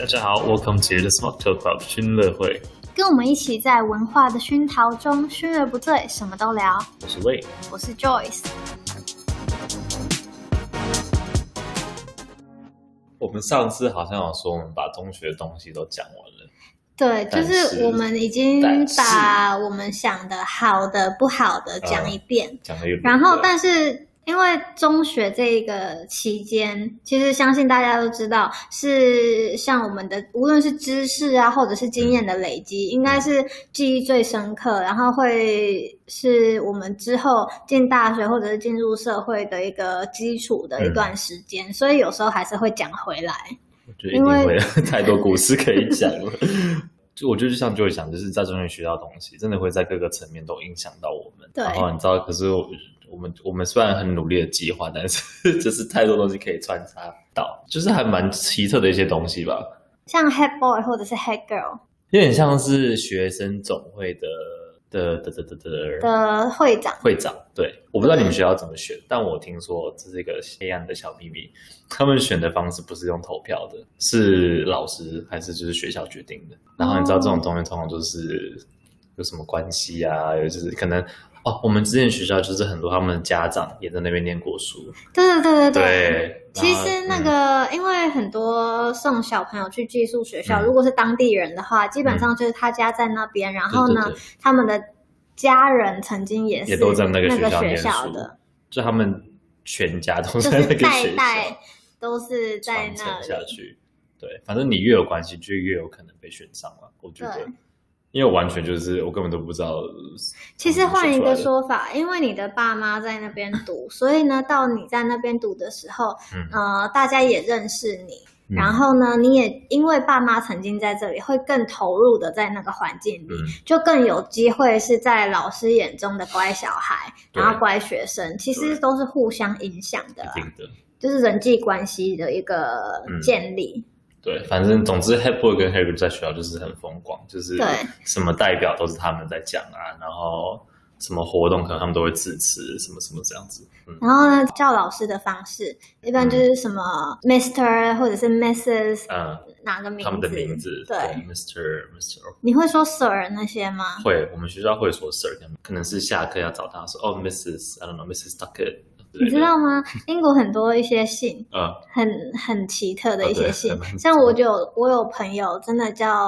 家好 ，Welcome to the Smart Talk Club 熏乐会， 跟我们一起在文化的熏陶中，熏而不醉，什么都聊。 我是魏， 我是 Joyce。 我们上次好像有说我们把中学的东西都讲完了， 对，就是我们已经把我们想的好的、不好的讲一遍，然后但是。因为中学这个期间，其实相信大家都知道，是像我们的无论是知识啊，或者是经验的累积，应该是记忆最深刻，然后会是我们之后进大学或者是进入社会的一个基础的一段时间，所以有时候还是会讲回来。 我觉得一定会太多故事可以讲了。就我觉得就像就会讲，就是在中学学到的东西，真的会在各个层面都影响到我们。 对， 然后你知道，可是我们虽然很努力的计划，但是就是太多东西可以穿插到，就是还蛮奇特的一些东西吧。 像 Head Boy 或者是 Head Girl， 有点像是学生总会的会长。对，我不知道你们学校怎么选，但我听说这是一个黑暗的小秘密，他们选的方式不是用投票的，是老师还是就是学校决定的。然后你知道这种东西通常就是有什么关系啊，有就是可能我们之前学校就是很多他们的家长也在那边念过书。对， 其实那个因为很多送小朋友去寄宿学校，如果是当地人的话，基本上就是他家在那边，然后呢，他们的家人曾经也都在那个学校的， 就他们全家都在那个学校， 就是代代都是在那里下去。对，反正你越有关系，就越有可能被选上了。我觉得。因为我完全就是我根本都不知道。 其实换一个说法，因为你的爸妈在那边读，所以呢，到你在那边读的时候，大家也认识你，然后呢，你也因为爸妈曾经在这里，会更投入的在那个环境里，就更有机会是在老师眼中的乖小孩，然后乖学生，其实都是互相影响的啦，就是人际关系的一个建立。 对，反正总之 Head Boy 跟 Head Girl 在学校就是很疯狂，就是什么代表都是他们在讲啊，然后什么活动可能他们都会致辞，什么什么这样子。 然后呢，叫老师的方式一般就是什么 Mr 或者是 Mrs 哪个名字， 他们的名字， 对 Mr。 你会说 Sir 那些吗？ 会，我们学校会说 Sir， 可能是下课要找他说Mrs I don't know Mrs Duckett。 你知道吗？英国很多一些姓，很奇特的一些姓，像我有朋友真的叫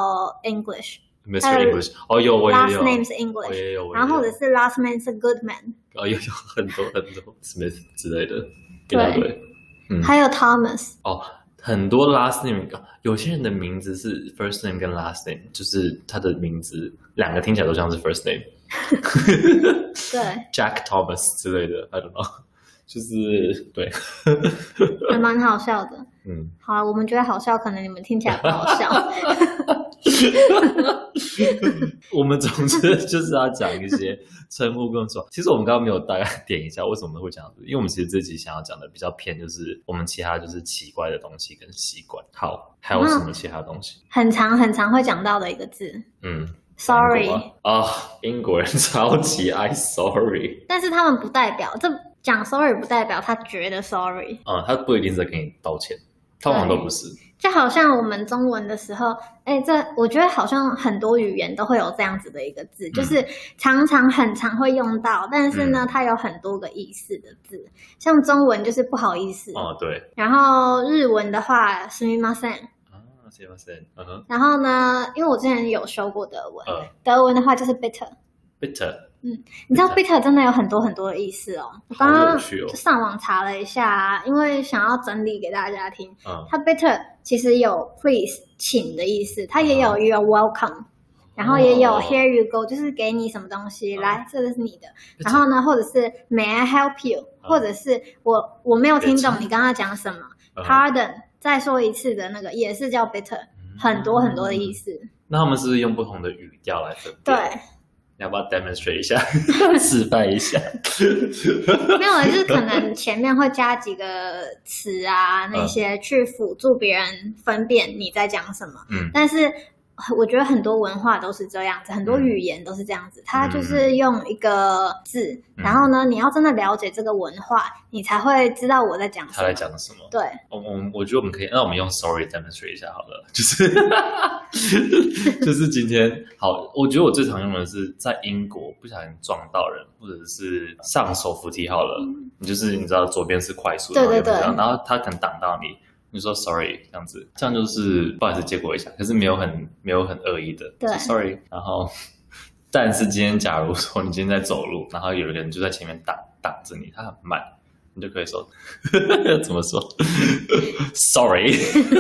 English。Mr. English， 有我也有 ，last name 是 English， 然后或者是 last name 是 Goodman， 有很多 Smith 之类的， 对，还有 Thomas， 很多 last name， 有些人的名字是 first name 跟 last name， 就是他的名字两个听起来都像是 first name， 对 ，Jack Thomas 之类的 ，I don't know。就是对， 还蛮好笑的。好了，我们觉得好笑，可能你们听起来不好笑。 我们总之就是要讲一些称呼跟说。其实我们刚刚没有大概点一下为什么会讲这个，因为我们其实这集想要讲的比较偏，就是我们其他就是奇怪的东西跟习惯。好，还有什么其他东西？ 很常会讲到的一个字。Sorry 英国人超级爱 sorry， 但是他们不代表讲 sorry 不代表他觉得 sorry， 他不一定在跟你道歉，通常都不是。 就好像我们中文的时候，我觉得好像很多语言都会有这样子的一个字，就是很常会用到，但是呢，它有很多个意思的字。像中文就是不好意思， 对。 然后日文的话，すみません。然后呢，因为我之前有修过德文，德文的话就是 bitter。你知道 bitter 真的有很多很多的意思哦。我刚刚上网查了一下，因为想要整理给大家听。它 bitter 其实有 please 请的意思，它也有 you're welcome， 然后也有 here you go， 就是给你什么东西，来，这个是你的。然后呢，或者是 may I help you， 或者是我没有听懂你刚刚讲什么，pardon， 再说一次的那个也是叫 bitter， 很多很多的意思。 那他们是不是用不同的语调来分辨？ 对。 要不要 demonstrate 一下示范一下？ 没有，就是可能前面会加几个词啊，那些去辅助别人分辨你在讲什么。但是我觉得很多文化都是这样子，很多语言都是这样子，它就是用一个字，然后呢，你要真的了解这个文化，你才会知道我在讲什么。 他在讲什么？ 对， 我觉得我们可以，那我们用 sorry demonstrate 一下好了，就是今天好，我觉得我最常用的是在英国不小心撞到人，或者是上手扶梯好了，你知道左边是快速的， 对， 然后他可能挡到你。你说 sorry 这样子，这样就是不好意思借过一下，可是没有很恶意的， 对 sorry。然后，但是今天假如说你今天在走路，然后有一个人就在前面挡着你，他很慢，你就可以说怎么说 sorry。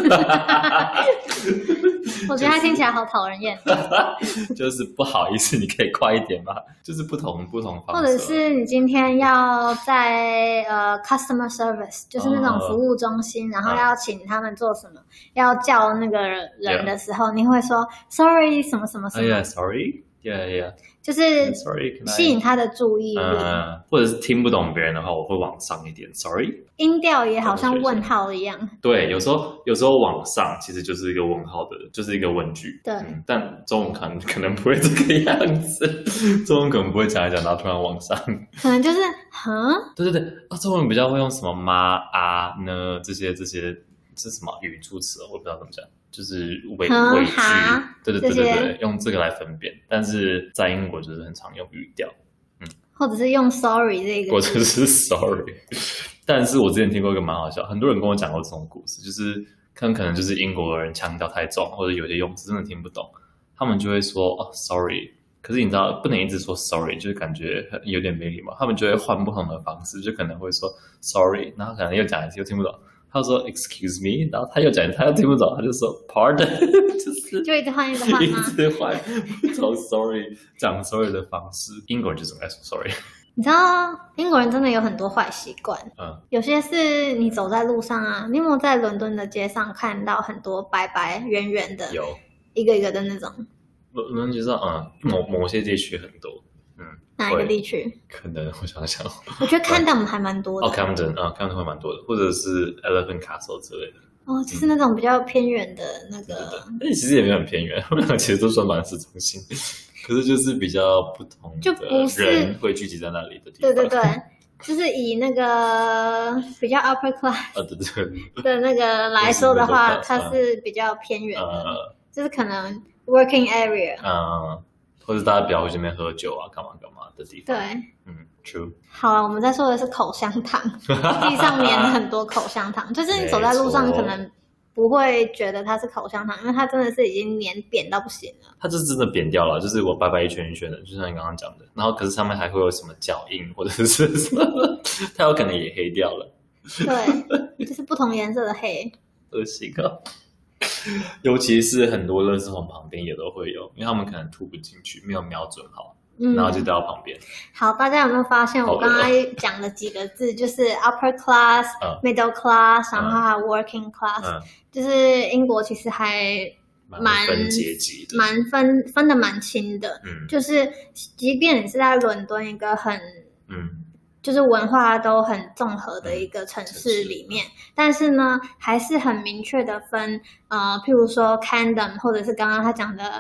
我觉得他听起来好讨人厌。 就是不好意思，你可以快一点吗？就是不同方式， 或者是你今天要在customer service， 就是那种服务中心，然后要请他们做什么，要叫那个人的时候，你会说 sorry 什么什么什么。 Yeah, sorry. Yeah. 就是吸引他的注意力。 或者是听不懂别人的话，我会往上一点 ，sorry。音调也好像问号一样。 对，有时候往上其实就是一个问号的，就是一个问句。 对， 但中文可能不会这个样子，中文可能不会讲一讲，然后突然往上， 可能就是对中文比较会用什么吗啊呢这些是什么语助词我不知道怎么讲。就是尾句，对，用这个来分辨，但是在英国就是很常用语调， 或者是用 sorry 这个， 或者是 sorry。但是我之前听过一个蛮好笑，很多人跟我讲过这种故事，就是可能就是英国人腔调太重，或者有些用词真的听不懂，他们就会说sorry， 可是你知道不能一直说 sorry， 就是感觉有点没礼貌，他们就会换不同的方式，就可能会说 sorry， 然后可能又讲一次又听不懂。他说 excuse me， 然后他又讲，他又听不懂，他就说 pardon， 就一直换吗？ 一直换从 sorry 讲 sorry 的方式。英国人就是爱说 sorry。 你知道英国人真的有很多坏习惯，有些是你走在路上啊，你有没有在伦敦的街上看到很多白白圆圆的， 有一个一个的那种？ 伦敦街上，某些地区很多。 哪一个地区？ 可能我想想， 我觉得Camden还蛮多的。 Camden Camden 会蛮多的，或者是 Elephant Castle 之类的。 就是那种比较偏远的那个。 但其实也没有很偏远，他们俩其实都算蛮市中心，可是就是比较不同的人会聚集在那里的地方。 对，就是以那个比较 upper class 的那个来说的话，它是比较偏远的，就是可能 working area。 或者大家不要去那边喝酒啊，干嘛的地方。 对 ，true。 好了，我们在说的是口香糖，地上粘了很多口香糖，就是你走在路上可能不会觉得它是口香糖，因为它真的是已经粘扁到不行了。 它就是真的扁掉了，就是我白白一圈一圈的，就像你刚刚讲的。然后可是上面还会有什么脚印，或者是什么，它有可能也黑掉了。 对，就是不同颜色的黑。 恶心啊！尤其是很多垃圾桶旁边也都会有，因为他们可能吐不进去，没有瞄准好，然后就掉到旁边。 好，大家有没有发现我刚刚讲的几个字，就是 upper class、middle class， 然后还有 working class，就是英国其实还蛮分阶级的， 蛮分的蛮清的。就是即便你是在伦敦一个很就是文化都很综合的一个城市里面，但是呢，还是很明确的分，譬如说 Camden 或者是刚刚他讲的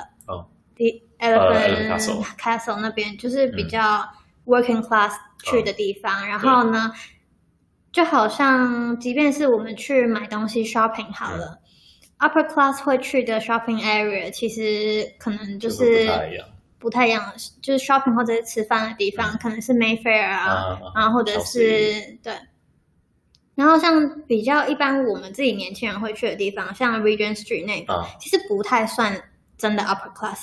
The Elephant Castle 那边，就是比较 working class 去的地方。然后呢，就好像即便是我们去买东西 shopping 好了，upper class 会去的 shopping area， 其实可能就是不太一样，就是 shopping 或者是吃饭的地方，可能是 Mayfair 然后或者是对，然后像比较一般我们自己年轻人会去的地方，像 Regent Street 那个，其实不太算真的 upper class， 是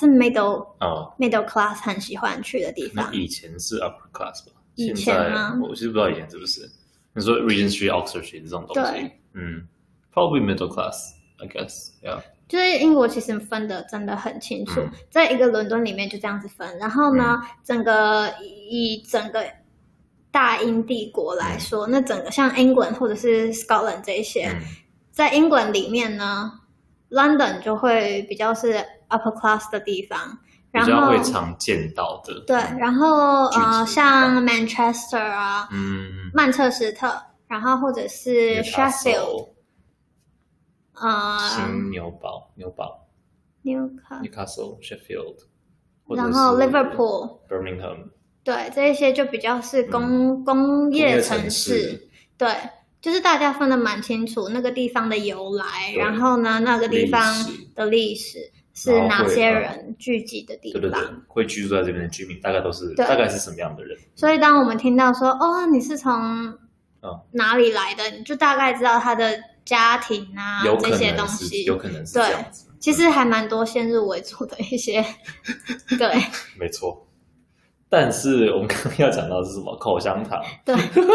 middle class 很喜欢去的地方。 那以前是 upper class 吧？ 以前吗？ 我其实不知道以前是不是。你说 Regent Street、Oxford Street 这种东西，probably middle class，I guess，yeah。 就是英国其实分的真的很清楚，在一个伦敦里面就这样子分。然后呢，以整个大英帝国来说，那整个像英国或者是 Scotland 这一些，在英国里面呢 ，London 就会比较是 upper class 的地方，然后比较会常见到的。 对，然后像 Manchester 啊，曼彻斯特，然后或者是 Sheffield。 新纽堡 Newcastle Sheffield， 然后 Liverpool、Birmingham， 对，这一些就比较是工业城市，对，就是大家分得蛮清楚那个地方的由来，然后呢那个地方的历史是哪些人聚集的地方， 对，会居住在这边的居民大概是什么样的人。 所以当我们听到说你是从哪里来的，你就大概知道他的家庭啊这些东西， 有可能是这样子。 其实还蛮多先入为主的一些，对， 没错。但是我们刚刚要讲到的是什么？口香糖。 对。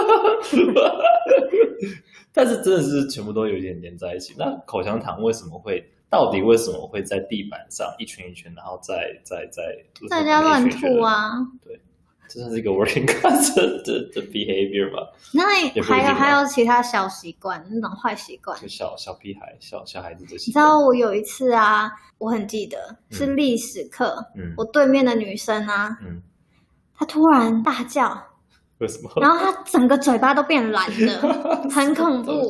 但是真的是全部都有一点连在一起。那口香糖到底为什么会在地板上一圈一圈，然后大家乱吐啊？ 对，这算是一个 working class 的 behavior 吧？ 那还有其他小习惯，那种坏习惯， 就小屁孩、小孩子的习惯。 你知道我有一次啊，我很记得是历史课，我对面的女生啊，她突然大叫， 为什么？ 然后她整个嘴巴都变蓝的，很恐怖。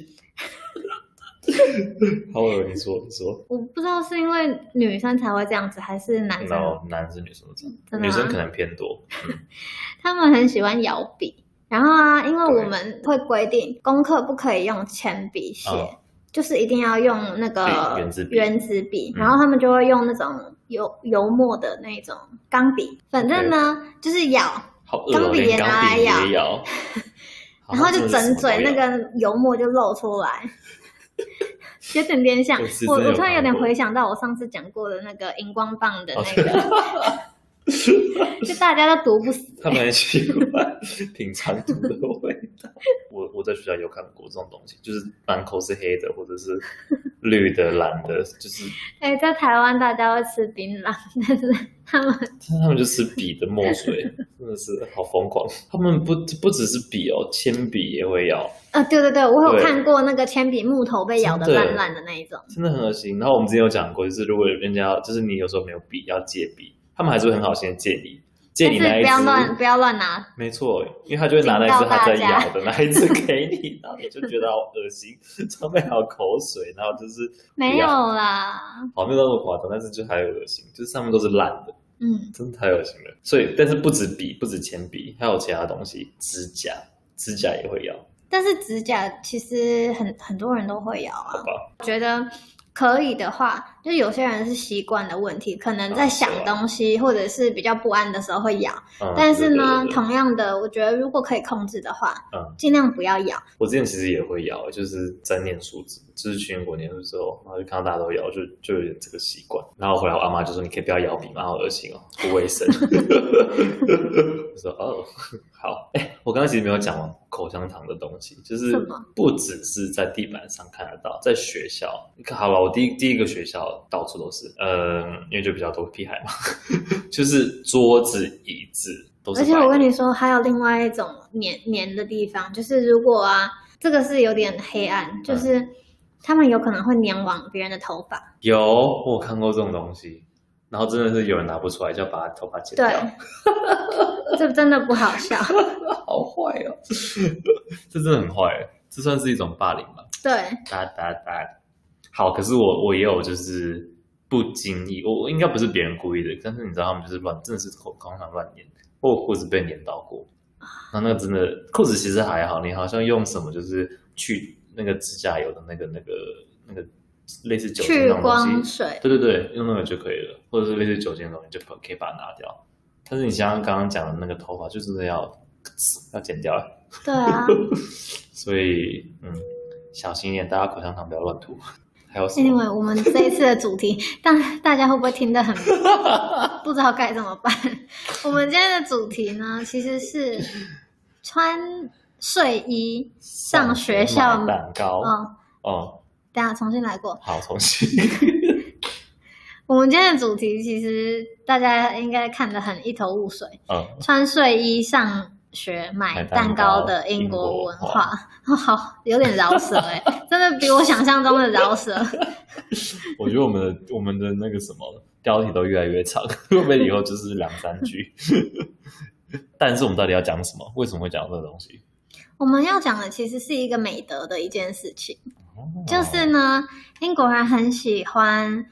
好恶，你说， 我不知道是因为女生才会这样子，还是男生？ 男生女生都这样，女生可能偏多。 他们很喜欢摇笔，然后啊，因为我们会规定功课不可以用铅笔写，就是一定要用那个圆珠笔，然后他们就会用那种油墨的那种钢笔，反正呢就是咬，钢笔也拿来咬，然后就整嘴那个油墨就露出来。有点联想，我突然有点回想到我上次讲过的那个荧光棒的那个，就大家都毒不死。 他们很喜欢品尝毒的味道。我在学校有看过这种东西，就是满口是黑的，或者是绿的、蓝的，就是。 在台湾大家会吃槟榔，但是他们就吃笔的墨水，真的是好疯狂。他们不只是笔哦，铅笔也会咬。对， 我有看过那个铅笔木头被咬得烂烂的那一种， 真的很恶心。然后我们之前有讲过，就是如果人家就是你有时候没有笔要借笔，他们还是会很好心借你那一支， 不要乱拿。 没错，因为他就会拿那一支他在咬的那一支给你，然后你就觉得好恶心，上面还有口水，然后就是没有啦， 好，没有那么夸张，但是就还有恶心，就是上面都是烂的，真的太恶心了。所以，但是不止笔，不止铅笔，还有其他东西，指甲也会咬。 但是指甲其实很多人都会咬啊，我觉得可以的话，就有些人是习惯的问题，可能在想东西或者是比较不安的时候会咬，但是呢，对，同样的，我觉得如果可以控制的话，尽量不要咬。我之前其实也会咬，就是在念书，就是去英国念书的时候，然后就看到大家都咬，就有点这个习惯。然后回来我阿妈就说：“你可以不要咬笔吗？好恶心哦，不卫生。”我说：“哦，好。”我刚刚其实没有讲完口香糖的东西，就是不只是在地板上看得到，在学校，你看好了，我第一个学校到处都是，因为就比较多屁孩嘛，就是桌子、椅子都是。 而且我跟你说，还有另外一种黏的地方，就是如果啊，这个是有点黑暗，就是他们有可能会粘往别人的头发。 有，我有看过这种东西。然后真的是有人拿不出来，就要把他头发剪掉。 对，这真的不好笑。 好坏哦，这真的很坏，这算是一种霸凌吧？ 对， 打。好，可是我也有就是不经意，我应该不是别人故意的，但是你知道他们就是真的是口香糖乱粘，我裤子被粘到过。那个真的裤子其实还好，你好像用什么就是去那个指甲油的那个类似酒精那种东西，对，用那个就可以了，或者是类似酒精的东西就可以把它拿掉。但是你像刚刚讲的那个头发，就真的要剪掉了。 对啊， 所以小心一点，大家口香糖不要乱吐。还有什么？ 因为我们这一次的主题，大家会不会听得很不知道该怎么办？我们今天的主题呢，其实是穿睡衣上学校买蛋糕。 等一下重新来过。 好，重新。 我们今天的主题其实大家应该看得很一头雾水。穿睡衣上学买蛋糕的英国文化，好，有点饶舌真的比我想象中的饶舌。 我觉得我们的那个什么标题都越来越长，会不会以后就是2-3句？但是我们到底要讲什么？为什么会讲这个东西？ 我们要讲的其实是一个美德的一件事情。就是呢，英国人很喜欢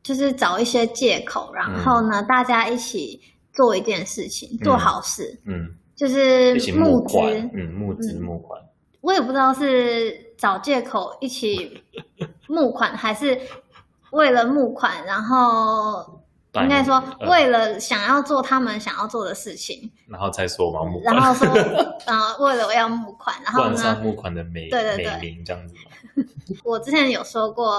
就是找一些借口，然后呢，大家一起做一件事情，做好事，就是募资， 募款。 我也不知道是找借口一起募款，还是为了募款，然后应该说为了想要做他们想要做的事情， 然后才说我们要募款， 然后说为了我要募款，然后呢冠上募款的美名这样子吗？ 我之前有说过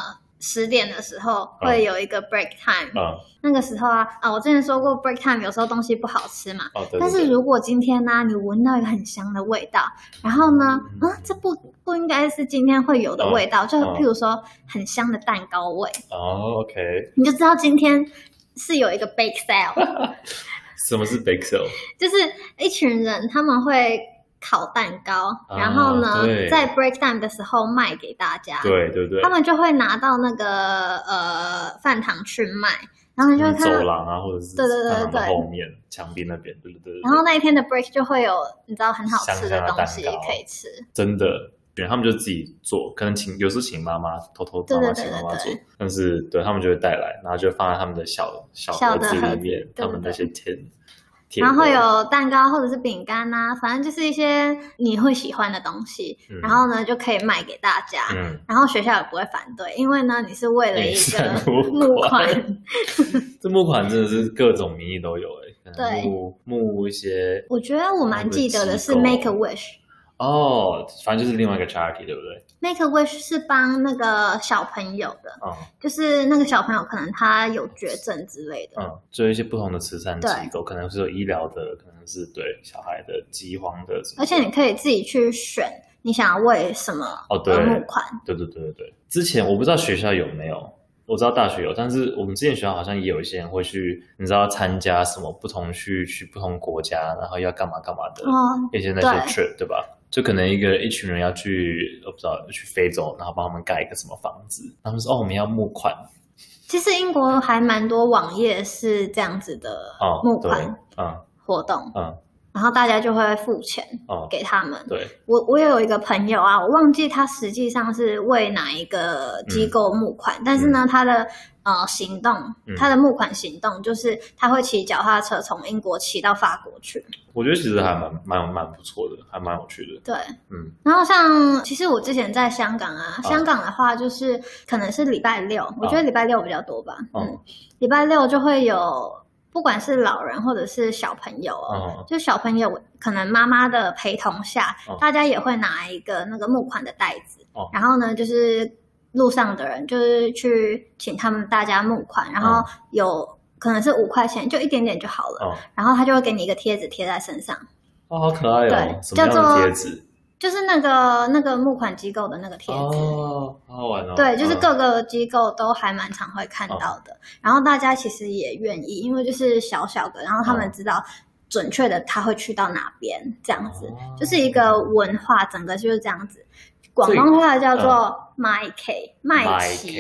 10点的时候会有一个 break time，那个时候我之前说过 break time 有时候东西不好吃嘛， 对， 但是如果今天呢你闻到一个很香的味道，然后呢这不应该是今天会有的味道，就譬如说很香的蛋糕味 ，OK， 你就知道今天是有一个 bake sale。 什么是 bake sale？ 就是一群人他们会烤蛋糕，然后呢在 break time 的时候卖给大家， 对， 他们就会拿到那个饭堂去卖，然后你就会看到走廊或者是对后面墙壁那边，对， 然后那一天的 break 就会有你知道很好吃的东西可以吃， 真的，他们就自己做，可能有时候请妈妈偷妈妈请妈妈做，但是对他们就会带来，然后就放在他们的小盒子里面，他们那些甜， 然后会有蛋糕或者是饼干反正就是一些你会喜欢的东西，然后呢就可以卖给大家，然后学校也不会反对，因为呢你是为了一个募款。 这募款真的是各种名义都有对， 募一些， 我觉得我蛮记得的是 Make a Wish。 反正就是另外一个 charity， 对不对？ Make a Wish 是帮那个小朋友的，就是那个小朋友可能他有绝症之类的， 就一些不同的慈善机构，可能是有医疗的，可能是对小孩的饥荒的， 而且你可以自己去选你想要为什么而募款。 对。之前我不知道学校有没有，我知道大学有，但是我们之前学校好像也有一些人会去，你知道参加什么不同去不同国家，然后要干嘛的一些那些 trip， 对吧？就可能一群人要去，我不知道去非洲，然后帮他们盖一个什么房子，他们说我们要募款。 其实英国还蛮多网页是这样子的募款活动，然后大家就会付钱给他们。 对， 我也有一个朋友我忘记他实际上是为哪一个机构募款，但是呢他的行动，他的募款行动就是他会骑脚踏车从英国骑到法国去。我觉得其实还蛮不错的，还蛮有趣的。 对，然后像其实我之前在香港香港的话就是可能是礼拜六，我觉得礼拜六比较多吧。礼拜六就会有。不管是老人或者是小朋友就小朋友可能妈妈的陪同下，大家也会拿一个那个募款的袋子，然后呢就是路上的人就是去请他们大家募款，然后有可能是5块钱，就一点点就好了，然后他就会给你一个贴纸贴在身上。 好可爱对， 什么样的贴纸？ 就是那个募款机构的那个贴纸好好玩对，就是各个机构都还蛮常会看到的，然后大家其实也愿意，因为就是小小的，然后他们知道准确的他会去到哪边，这样子就是一个文化，整个就是这样子。广东话叫做卖旗，卖旗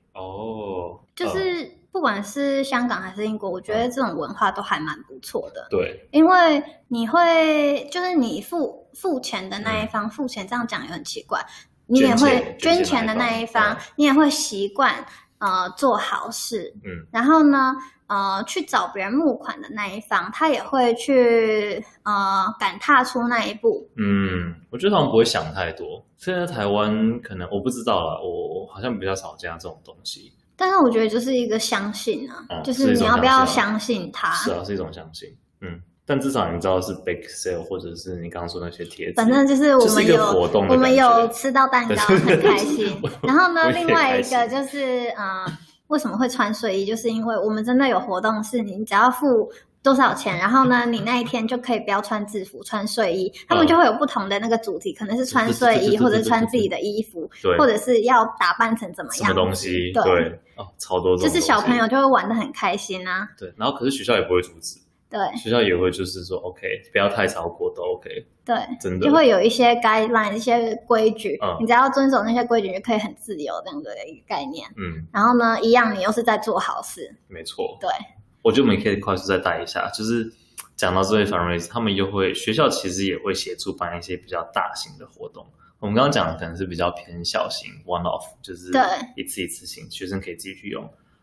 就是不管是香港还是英国，我觉得这种文化都还蛮不错的。 对， 因为你会就是你付钱的那一方付钱，这样讲也很奇怪。你也会捐钱的那一方，你也会习惯做好事。然后呢去找别人募款的那一方，他也会去敢踏出那一步。 我觉得他们不会想太多。现在台湾可能我不知道啦，我好像比较少见到这种东西。 但是我觉得就是一个相信就是你要不要相信他？ 是啊，是一种相信。但至少你知道是 bake sale 或者是你刚刚说那些贴纸， 反正就是我们有吃到蛋糕，很开心。然后呢，另外一个就是为什么会穿睡衣？就是因为我们真的有活动，是你只要付多少钱，然后呢，你那一天就可以不要穿制服，穿睡衣。他们就会有不同的那个主题，可能是穿睡衣，或者穿自己的衣服，或者是要打扮成怎么样什么东西？对，超多这种东西， 就是小朋友就会玩得很开心对，然后可是学校也不会阻止。 对， 学校也会就是说 OK， 不要太超过都 OK。 对， 真的就会有一些 guideline， 一些规矩，你只要遵守那些规矩，你就可以很自由这样的一个概念。然后呢，一样你又是在做好事。 没错。 对， 我觉得我们可以快速再带一下，就是讲到这位 fundraiser， 他们又会学校其实也会协助办一些比较大型的活动。我们刚刚讲的可能是比较偏小型 one off， 就是一次性，学生可以自己去用。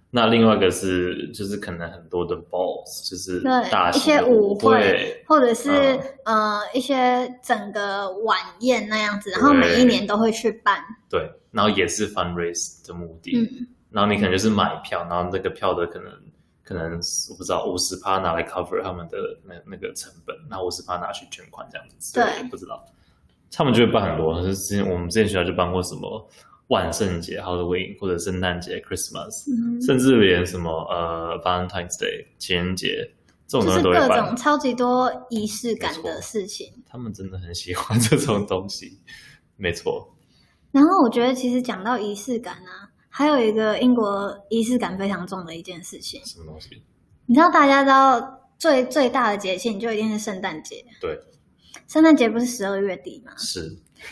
那另外一个是就是可能很多的 balls， 就是大一些舞会，或者是一些整个晚宴那样子，然后每一年都会去办。对， 然后也是 fundraise 的目的。然后你可能就是买票，然后这个票的可能我不知道50%拿来 cover 他们的那个成本，然后50%拿去捐款这样子。 对， 不知道。他们就会办很多，就是我们之前学校就办过什么万圣节 Halloween 或者圣诞节 Christmas，甚至连什么Valentine's Day 情人节这种东西都会办， 就是各种超级多仪式感的事情。 他们真的很喜欢这种东西，没错。 然后我觉得其实讲到仪式感啊，还有一个英国仪式感非常重的一件事情。 什么东西？ 你知道大家知道最大的节庆就一定是圣诞节。 对。 圣诞节不是12月底吗？ 是。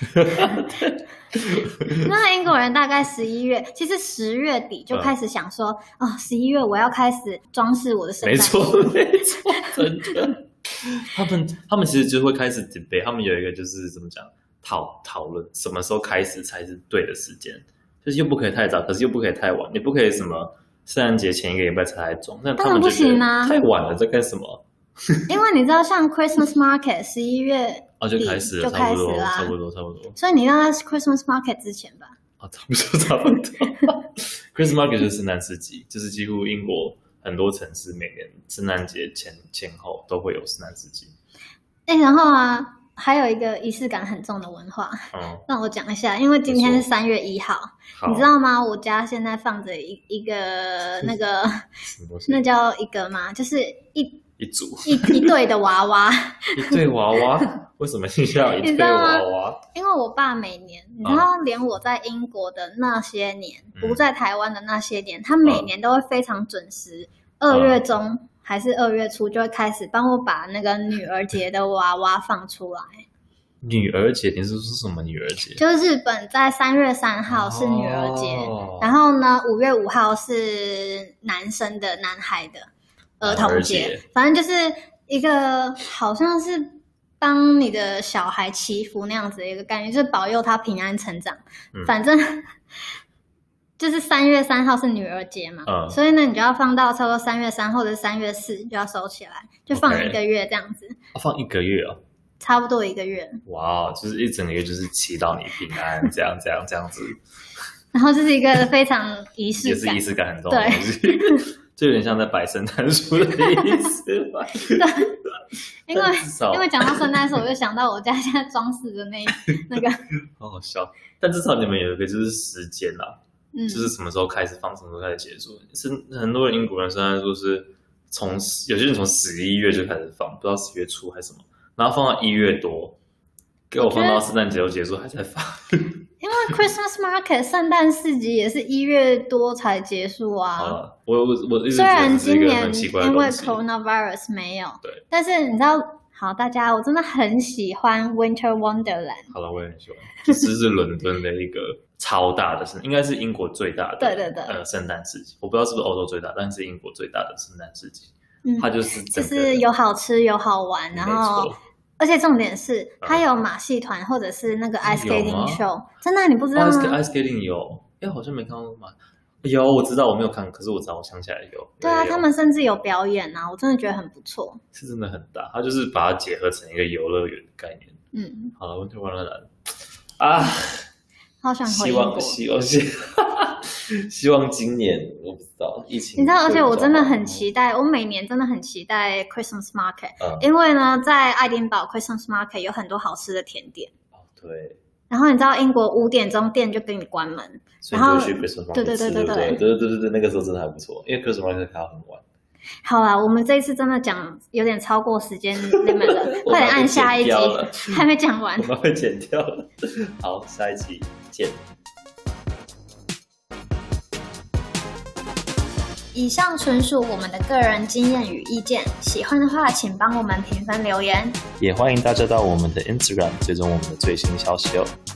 那英国人大概11月，其实10月底就开始想说11月我要开始装饰我的圣诞节。没错，真的。他们其实就会开始 debate， 他们有一个就是怎么讲讨论什么时候开始才是对的时间，就是又不可以太早，可是又不可以太晚，你不可以什么圣诞节前1个礼拜才来装，那他们就觉得太晚了，在干什么？ 因为你知道像 Christmas Market 11月就开始了，差不多。 所以你让它是 Christmas Market 之前吧。 差不多。Christmas Market 就是圣诞市集，就是几乎英国很多城市每年圣诞节前后都会有圣诞市集。 然后还有一个仪式感很重的文化，让我讲一下，因为今天是3月1号，你知道吗？我家现在放着一个那个那叫一个吗？就是一组一对的娃娃。 一对娃娃？为什么需要一对娃娃？ 因为我爸每年，你知道，连我在英国的那些年，不在台湾的那些年，他每年都会非常准时，2月中还是2月初就会开始帮我把那个女儿节的娃娃放出来。 女儿节？你是说什么女儿节？ 就日本在3月3号是女儿节，然后呢5月5号是男孩的儿童节，反正就是一个好像是帮你的小孩祈福那样子的一个概念，就是保佑他平安成长。反正就是3月3号是女儿节嘛，所以呢你就要放到差不多3月3或者3月4就要收起来，就放1个月这样子。 放1个月哦？ 差不多1个月。 哇，就是一整个月就是祈祷你平安，这样子。 然后这是一个非常仪式感， 也是仪式感很重的东西。就有点像在摆圣诞树的意思吧。 对，因为讲到圣诞树，我就想到我家现在装饰的那个， 好好笑。但至少你们有一个就是时间啦，就是什么时候开始放，什么时候开始结束。是很多人英国人圣诞树是有些人从11月就开始放，不知道10月初还是什么，然后放到1月多，给我放到圣诞节都结束还在放。 因为 Christmas Market 圣诞市集也是1月多才结束啊。 我虽然今年因为 Coronavirus 没有，对，但是你知道，好，大家我真的很喜欢 Winter Wonderland。 好了，我也很喜欢，就是伦敦的一个超大的应该是英国最大的， 对， 圣诞市集。我不知道是不是欧洲最大，但是英国最大的圣诞市集。它就是有好吃有好玩，然后。而且重点是，它有马戏团或者是那个 ice skating show， 真的你不知道吗 ？ice skating 有，好像没看过吗？有，我知道我没有看，可是我想起来有。 对啊，他们甚至有表演啊，我真的觉得很不错。 是真的很大，它就是把它结合成一个游乐园的概念。好了，Winter Wonderland 啊， 好想回英国。 希望今年我不知道疫情， 你知道，而且我真的很期待，我每年真的很期待 Christmas Market，因为呢，在爱丁堡 Christmas Market 有很多好吃的甜点。 对。 然后你知道英国5点钟店就给你关门， 然后去 Christmas Market 对， 那个时候真的还不错，因为 Christmas Market 开到很晚。 好啦，我们这一次真的讲有点超过时间 limit 了，快点按下一集，还没讲完， 我们会剪掉了。好，下一集见。 以上纯属我们的个人经验与意见，喜欢的话请帮我们评分留言， 也欢迎大家到我们的 Instagram 追踪我们的最新消息哦。